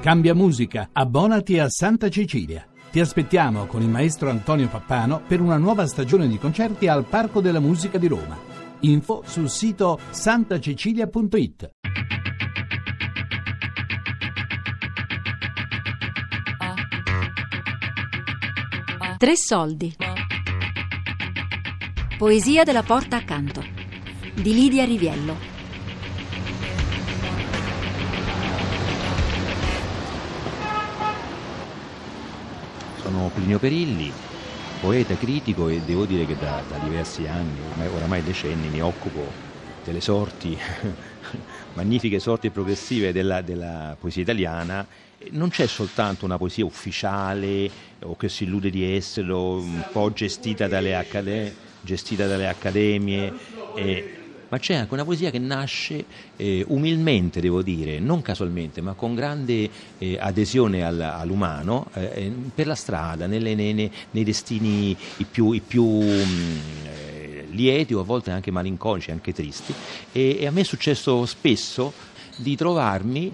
Cambia musica, abbonati a Santa Cecilia. Ti aspettiamo con il maestro Antonio Pappano per una nuova stagione di concerti al Parco della Musica di Roma. Info sul sito santacecilia.it. Tre soldi. Poesia della porta accanto di Lidia Riviello. Sono Plinio Perilli, poeta, critico, e devo dire che da diversi anni, oramai decenni, mi occupo delle sorti, magnifiche sorti progressive della poesia italiana. Non c'è soltanto una poesia ufficiale o che si illude di esserlo, un po' gestita dalle accademie, ma c'è anche una poesia che nasce umilmente, devo dire, non casualmente, ma con grande adesione all'umano, per la strada, nei destini i più lieti o a volte anche malinconici, anche tristi. E a me è successo spesso di trovarmi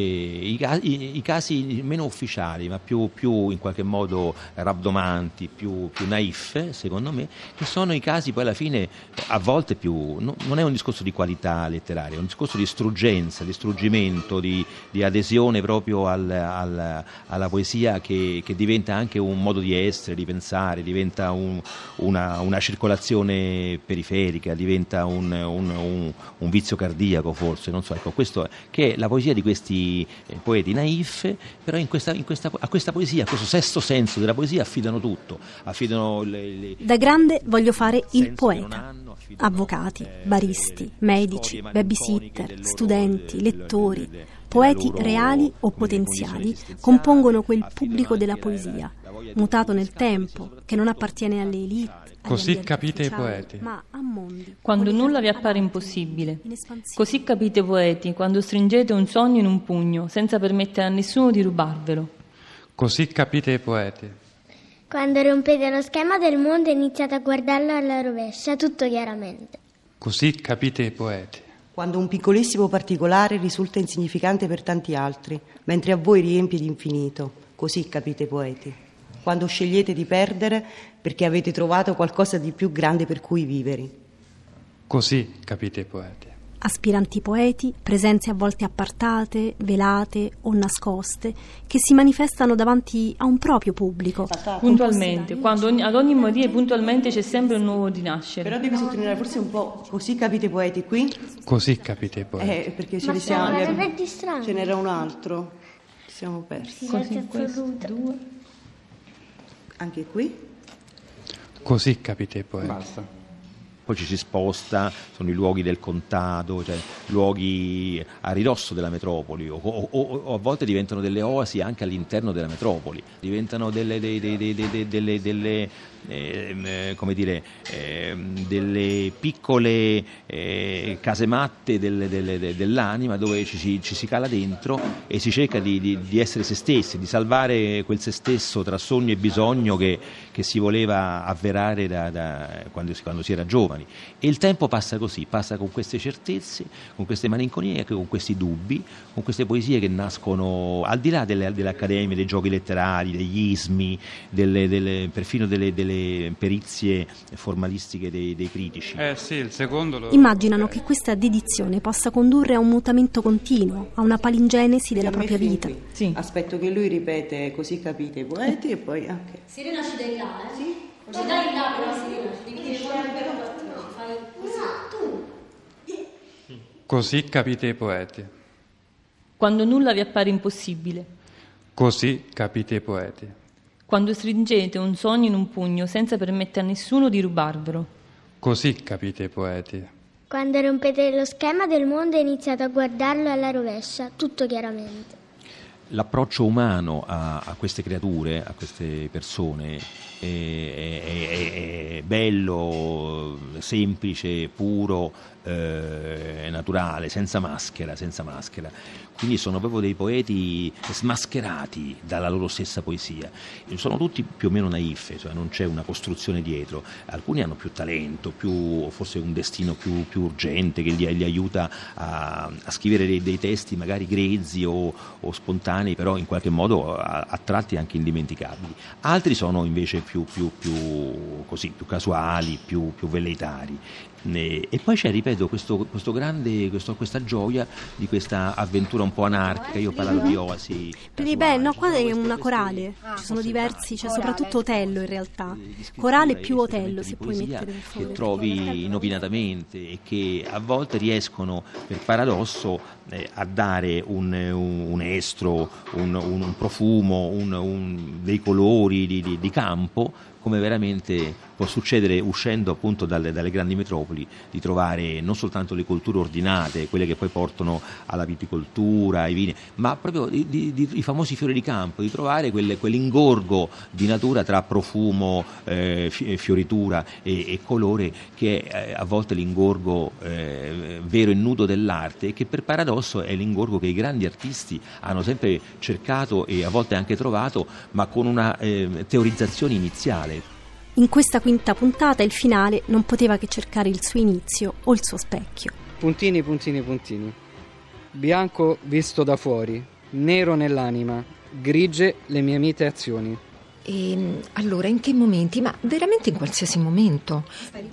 i casi meno ufficiali, ma più in qualche modo rabdomanti, più naif, secondo me, che sono i casi poi alla fine a volte non è un discorso di qualità letteraria, è un discorso di struggenza, di struggimento, di adesione proprio alla poesia che diventa anche un modo di essere, di pensare, diventa una circolazione periferica, diventa un vizio cardiaco forse, non so, ecco, questo che è la poesia di questi poeti naif, però a questa poesia, a questo sesto senso della poesia affidano tutto, Da grande voglio fare il poeta. Avvocati, baristi, medici, babysitter, studenti, lettori, poeti reali o potenziali compongono quel pubblico della poesia, mutato nel tempo, che non appartiene alle elite. Così capite i poeti. Ma a mondi, quando nulla vi appare impossibile. Così capite poeti, quando stringete un sogno in un pugno, senza permettere a nessuno di rubarvelo. Così capite i poeti. Quando rompete lo schema del mondo e iniziate a guardarlo alla rovescia, tutto chiaramente. Così capite i poeti. Quando un piccolissimo particolare risulta insignificante per tanti altri, mentre a voi riempie di infinito. Così capite i poeti. Quando scegliete di perdere perché avete trovato qualcosa di più grande per cui vivere. Così capite i poeti. Aspiranti poeti, presenze a volte appartate, velate o nascoste, che si manifestano davanti a un proprio pubblico. Puntualmente, quando ad ogni motivo puntualmente c'è sempre un nuovo rinascere. Però devi sottolineare forse un po', così capite i poeti qui? Così capite i poeti. Perché ce ne siamo. Ce n'era un altro. Ci siamo persi. Così questo, due. Anche qui? Così capite i poeti. Basta. Poi ci si sposta, sono i luoghi del contado, cioè luoghi a ridosso della metropoli, o a volte diventano delle oasi anche all'interno della metropoli, diventano delle piccole casematte dell'anima, dove ci si cala dentro e si cerca di essere se stessi, di salvare quel se stesso tra sogno e bisogno che si voleva avverare da quando si era giovani. E il tempo passa così, passa con queste certezze, con queste malinconie, con questi dubbi, con queste poesie che nascono al di là delle accademie, dei giochi letterari, degli ismi, perfino delle perizie formalistiche dei critici. Sì, il secondo Immaginano che questa dedizione possa condurre a un mutamento continuo, a una palingenesi della propria vita. Sì. Aspetto che lui ripete così capite i poeti e poi anche. Si rinasce da là, Sì. Non dai là, però si rinasce. Dividi fai Così capite i poeti. Quando nulla vi appare impossibile. Così capite i poeti. Quando stringete un sogno in un pugno senza permettere a nessuno di rubarvelo. Così capite i poeti. Quando rompete lo schema del mondo e iniziate a guardarlo alla rovescia, tutto chiaramente. L'approccio umano a queste creature, a queste persone, è bello, semplice, puro, naturale, senza maschera. Quindi sono proprio dei poeti smascherati dalla loro stessa poesia. Sono tutti più o meno naif, cioè non c'è una costruzione dietro. Alcuni hanno più talento, forse un destino più urgente che li aiuta a scrivere dei testi magari grezzi o spontanei, contemporanei, però in qualche modo a tratti anche indimenticabili. Altri sono invece più casuali, più velleitari. E poi c'è, ripeto, questa gioia di questa avventura un po' anarchica. Io ho parlato di oasi. No, qua è una corale, ci sono diversi, c'è soprattutto Otello in realtà. Corale più Otello, se puoi mettere per favore. Che trovi inopinatamente e che a volte riescono, per paradosso, a dare un estro, un profumo, dei colori di campo, come veramente può succedere uscendo appunto dalle grandi metropoli, di trovare non soltanto le colture ordinate, quelle che poi portano alla viticoltura, ai vini, ma proprio i famosi fiori di campo, di trovare quell'ingorgo di natura tra profumo, fioritura e colore, che è a volte l'ingorgo vero e nudo dell'arte, e che per paradosso è l'ingorgo che i grandi artisti hanno sempre cercato e a volte anche trovato, ma con una teorizzazione iniziale. In questa quinta puntata il finale non poteva che cercare il suo inizio o il suo specchio. Puntini, puntini, puntini. Bianco visto da fuori, nero nell'anima, grigie le mie mite azioni. E allora, in che momenti? Ma veramente in qualsiasi momento.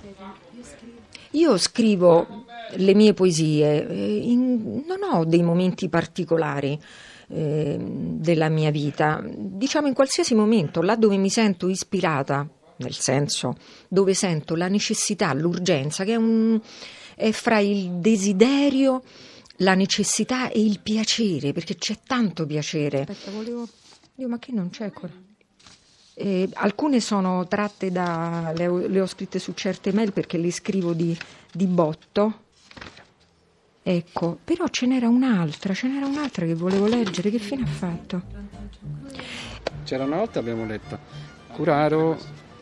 Io scrivo le mie poesie, non ho dei momenti particolari della mia vita, diciamo in qualsiasi momento, là dove mi sento ispirata, nel senso dove sento la necessità, l'urgenza, che è fra il desiderio, la necessità e il piacere, perché c'è tanto piacere. Aspetta, ma che non c'è ancora? Alcune sono tratte le ho scritte su certe mail perché le scrivo di botto. Ecco, però ce n'era un'altra che volevo leggere. Che fine ha fatto? C'era una volta, abbiamo letto Curaro.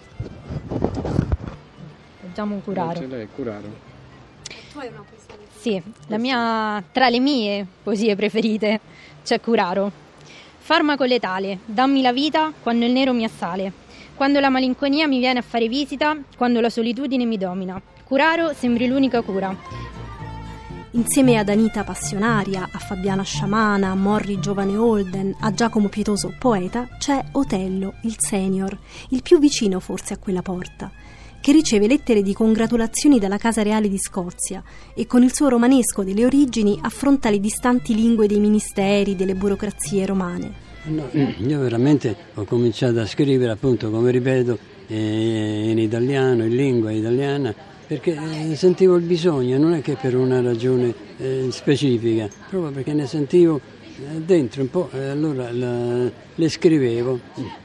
Leggiamo Curaro. Ce l'hai, Curaro. Tu hai una poesia? Sì, tra le mie poesie preferite c'è Curaro. Farmaco letale, dammi la vita quando il nero mi assale, quando la malinconia mi viene a fare visita, quando la solitudine mi domina. Curaro sembri l'unica cura. Insieme ad Anita Passionaria, a Fabiana Sciamana, a Morri Giovane Holden, a Giacomo Pietoso poeta, c'è Otello, il senior, il più vicino forse a quella porta, che riceve lettere di congratulazioni dalla Casa Reale di Scozia e con il suo romanesco delle origini affronta le distanti lingue dei ministeri, delle burocrazie romane. No, io veramente ho cominciato a scrivere, appunto, come ripeto, in italiano, in lingua italiana, perché sentivo il bisogno, non è che per una ragione specifica, proprio perché ne sentivo dentro un po', allora le scrivevo.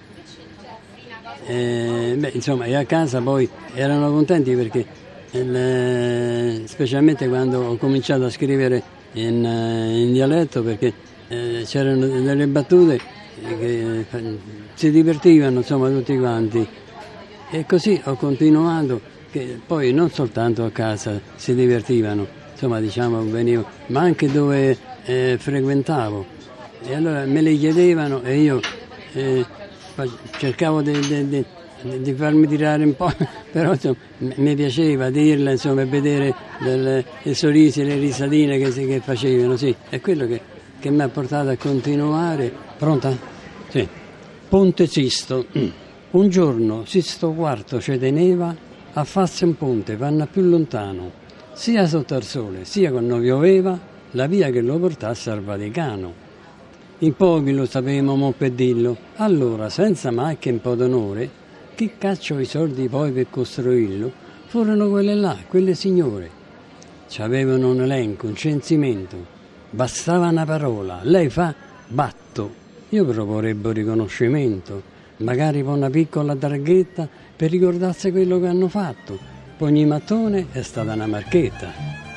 Insomma, e a casa poi erano contenti perché specialmente quando ho cominciato a scrivere in dialetto, perché c'erano delle battute che si divertivano, insomma, tutti quanti, e così ho continuato, che poi non soltanto a casa si divertivano, insomma, diciamo, venivo, ma anche dove frequentavo, e allora me le chiedevano e io cercavo di farmi tirare un po', però insomma, mi piaceva dirle, insomma, vedere i sorrisi, le risadine che facevano, sì, è quello che mi ha portato a continuare. Pronta? Sì. Ponte Sisto. Un giorno Sisto IV ci teneva a farsi un ponte, vanno più lontano, sia sotto al sole, sia quando pioveva, la via che lo portasse al Vaticano. In pochi lo sapevamo per dirlo, allora, senza macchia e un po' d'onore, chi cacciò i soldi poi per costruirlo? Furono quelle là, quelle signore. C'avevano un elenco, un censimento, bastava una parola, lei fa, batto. Io proporrebbe riconoscimento, magari con una piccola targhetta per ricordarsi quello che hanno fatto. Poi ogni mattone è stata una marchetta.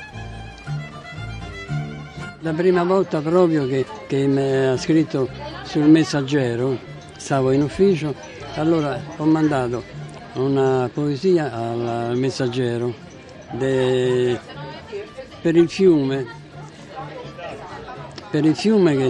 La prima volta proprio che mi ha scritto sul Messaggero, stavo in ufficio, allora ho mandato una poesia al Messaggero per il fiume che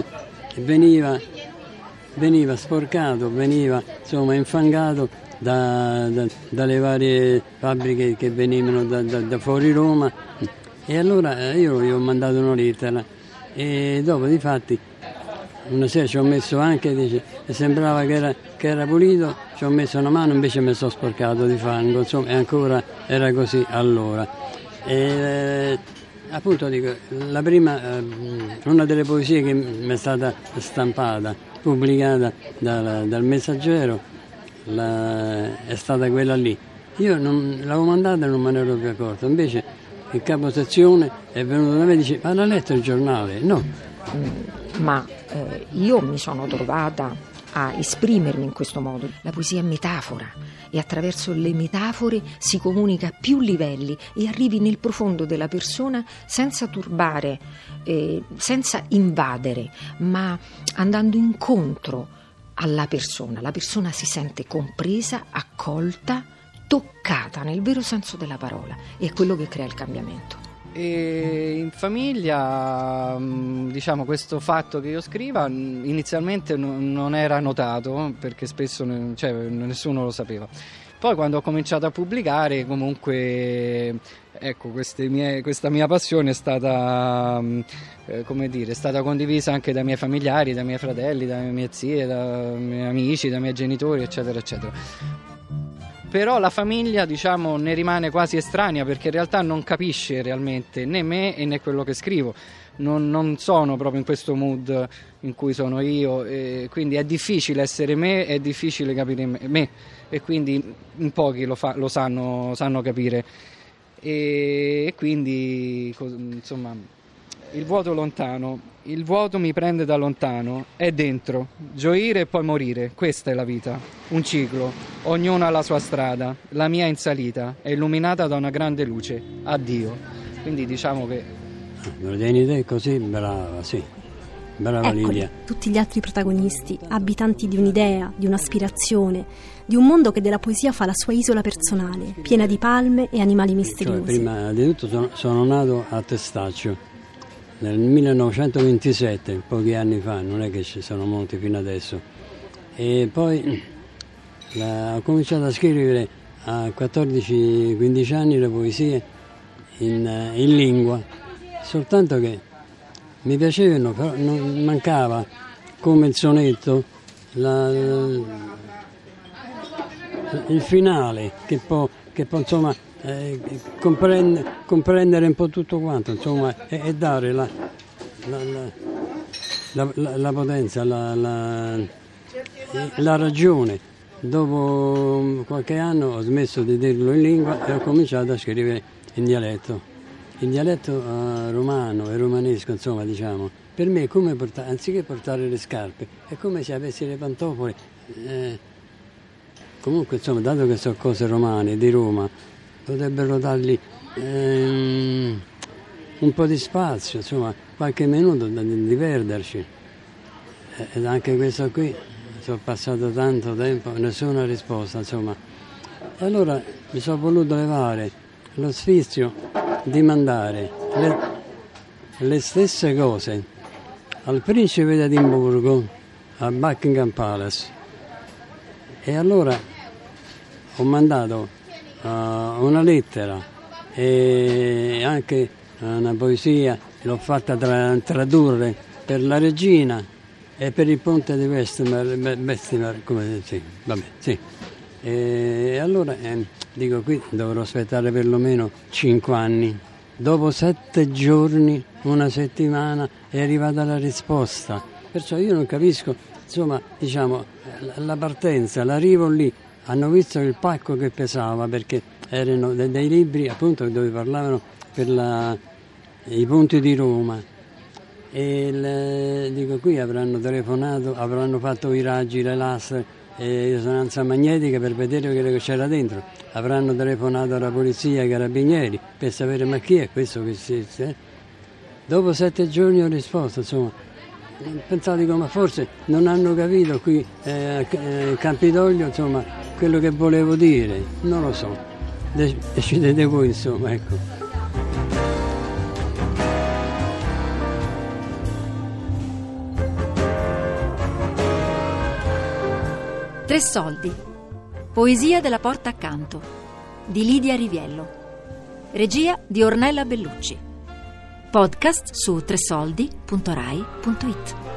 veniva sporcato, veniva, insomma, infangato dalle varie fabbriche che venivano da fuori Roma, e allora io gli ho mandato una lettera, e dopo difatti una sera ci ho messo anche, dice, e sembrava che era pulito, ci ho messo una mano, invece mi sono sporcato di fango, insomma, e ancora era così allora. E, appunto dico, la prima, una delle poesie che mi è stata stampata, pubblicata dal Messaggero, è stata quella lì. Io l'avevo mandata e non me ne ero più accorto, invece il capo sezione è venuto da me e dice: ma l'ha letto il giornale? No. Ma io mi sono trovata a esprimermi in questo modo. La poesia è metafora e attraverso le metafore si comunica a più livelli e arrivi nel profondo della persona senza turbare, senza invadere, ma andando incontro alla persona. La persona si sente compresa, accolta, toccata nel vero senso della parola, e è quello che crea il cambiamento. E in famiglia, diciamo, questo fatto che io scriva inizialmente non era notato, perché spesso nessuno lo sapeva. Poi quando ho cominciato a pubblicare, comunque, ecco, questa mia passione è stata, è stata condivisa anche dai miei familiari, dai miei fratelli, dalle mie zie, dai miei amici, dai miei genitori, eccetera, eccetera. Però la famiglia, diciamo, ne rimane quasi estranea, perché in realtà non capisce realmente né me e né quello che scrivo. Non sono proprio in questo mood in cui sono io, e quindi è difficile essere me, è difficile capire me, e quindi in pochi lo sanno capire. E quindi, insomma, il vuoto lontano, il vuoto mi prende da lontano, è dentro, gioire e poi morire, questa è la vita, un ciclo, ognuno ha la sua strada, la mia è in salita, è illuminata da una grande luce, addio. Quindi diciamo che... Me lo tieni te così, brava, sì, brava. Eccoli, Lidia. tutti gli altri protagonisti, abitanti di un'idea, di un'aspirazione, di un mondo che della poesia fa la sua isola personale, piena di palme e animali misteriosi. Prima di tutto sono nato a Testaccio nel 1927, pochi anni fa, non è che ci sono molti fino adesso, e poi ho cominciato a scrivere a 14-15 anni le poesie in lingua, soltanto che mi piacevano, però non mancava, come il sonetto, il finale, che può insomma comprendere un po' tutto quanto, insomma, e dare la potenza, la ragione. Dopo qualche anno ho smesso di dirlo in lingua e ho cominciato a scrivere in dialetto romano e romanesco, insomma, diciamo. Per me è come anziché portare le scarpe, è come se avessi le pantofole. Comunque, insomma, dato che sono cose romane di Roma, potrebbero dargli un po' di spazio, insomma, qualche minuto di perderci. Ed anche questo qui, sono passato tanto tempo, nessuna risposta, insomma. E allora mi sono voluto levare lo sfizio di mandare le stesse cose al principe di Edimburgo, a Buckingham Palace. E allora ho mandato una lettera e anche una poesia, l'ho fatta tradurre per la regina e per il ponte di Westminster, come sì, vabbè, sì. E allora dico, qui dovrò aspettare perlomeno 5 anni. Dopo 7 giorni, una settimana, è arrivata la risposta. Perciò io non capisco, insomma, diciamo, la partenza, l'arrivo lì. Hanno visto il pacco che pesava, perché erano dei libri, appunto, dove parlavano per i ponti di Roma. E dico, qui avranno telefonato, avranno fatto i raggi, le lastre, risonanza magnetica per vedere quello che c'era dentro. Avranno telefonato alla polizia, ai carabinieri, per sapere ma chi è questo che si... Dopo 7 giorni ho risposto, insomma. Pensavo, dico, ma forse non hanno capito qui a Campidoglio, insomma, quello che volevo dire. Non lo so. Decidete voi, insomma, ecco. Tre soldi. Poesia della porta accanto di Lidia Riviello. Regia di Ornella Bellucci. Podcast su tresoldi.rai.it.